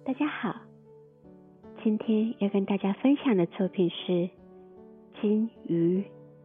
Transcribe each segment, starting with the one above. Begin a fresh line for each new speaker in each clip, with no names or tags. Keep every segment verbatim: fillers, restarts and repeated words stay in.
大家好，今天要跟大家分享的作品是金鱼。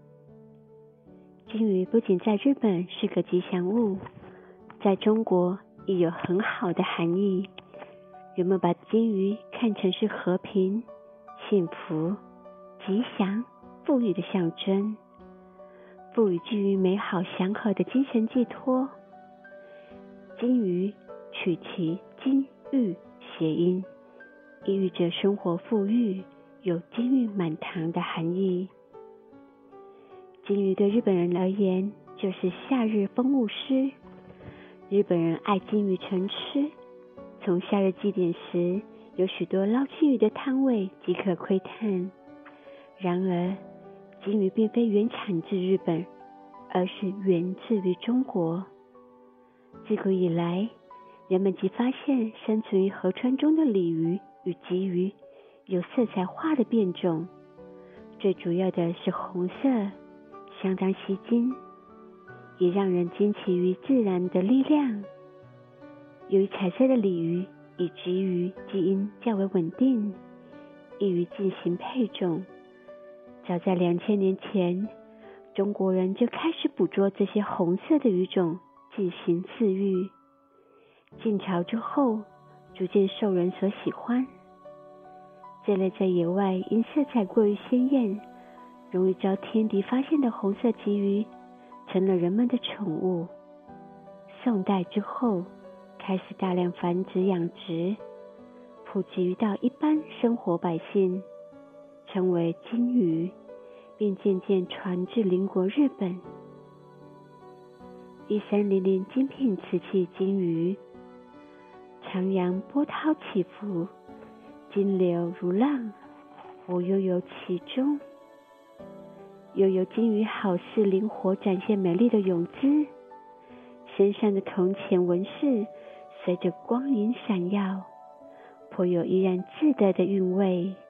金鱼不仅在日本是个吉祥物，在中国也有很好的含义。人们把金鱼看成是和平、幸福、吉祥、富裕的象征，赋予金鱼美好祥和的精神寄托。金鱼取其金玉谐音，意喻着生活富裕，有金玉满堂的含义。金鱼对日本人而言就是夏日风物诗，日本人爱金鱼成痴，从夏日祭典时有许多捞金鱼的摊位即可窥探。然而金鱼并非原产自日本，而是源自于中国。自古以来，人们即发现生存于河川中的鲤鱼与鲫鱼有色彩化的变种，最主要的是红色，相当吸睛，也让人惊奇于自然的力量。由于彩色的鲤鱼与鲫鱼基因较为稳定，易于进行配种，早在两千年前，中国人就开始捕捉这些红色的鱼种进行饲育。晋朝之后，逐渐受人所喜欢。这类在野外因色彩过于鲜艳，容易遭天敌发现的红色鲫鱼，成了人们的宠物。宋代之后，开始大量繁殖养殖，普及于到一般生活百姓，称为金鱼，并渐渐传至邻国日本。一三零零精品瓷器金鱼，徜徉波涛起伏，金流如浪，我悠游其中。悠游金鱼好似灵活展现美丽的泳姿，身上的铜钱纹饰随着光影闪耀，颇有怡然自得的韵味。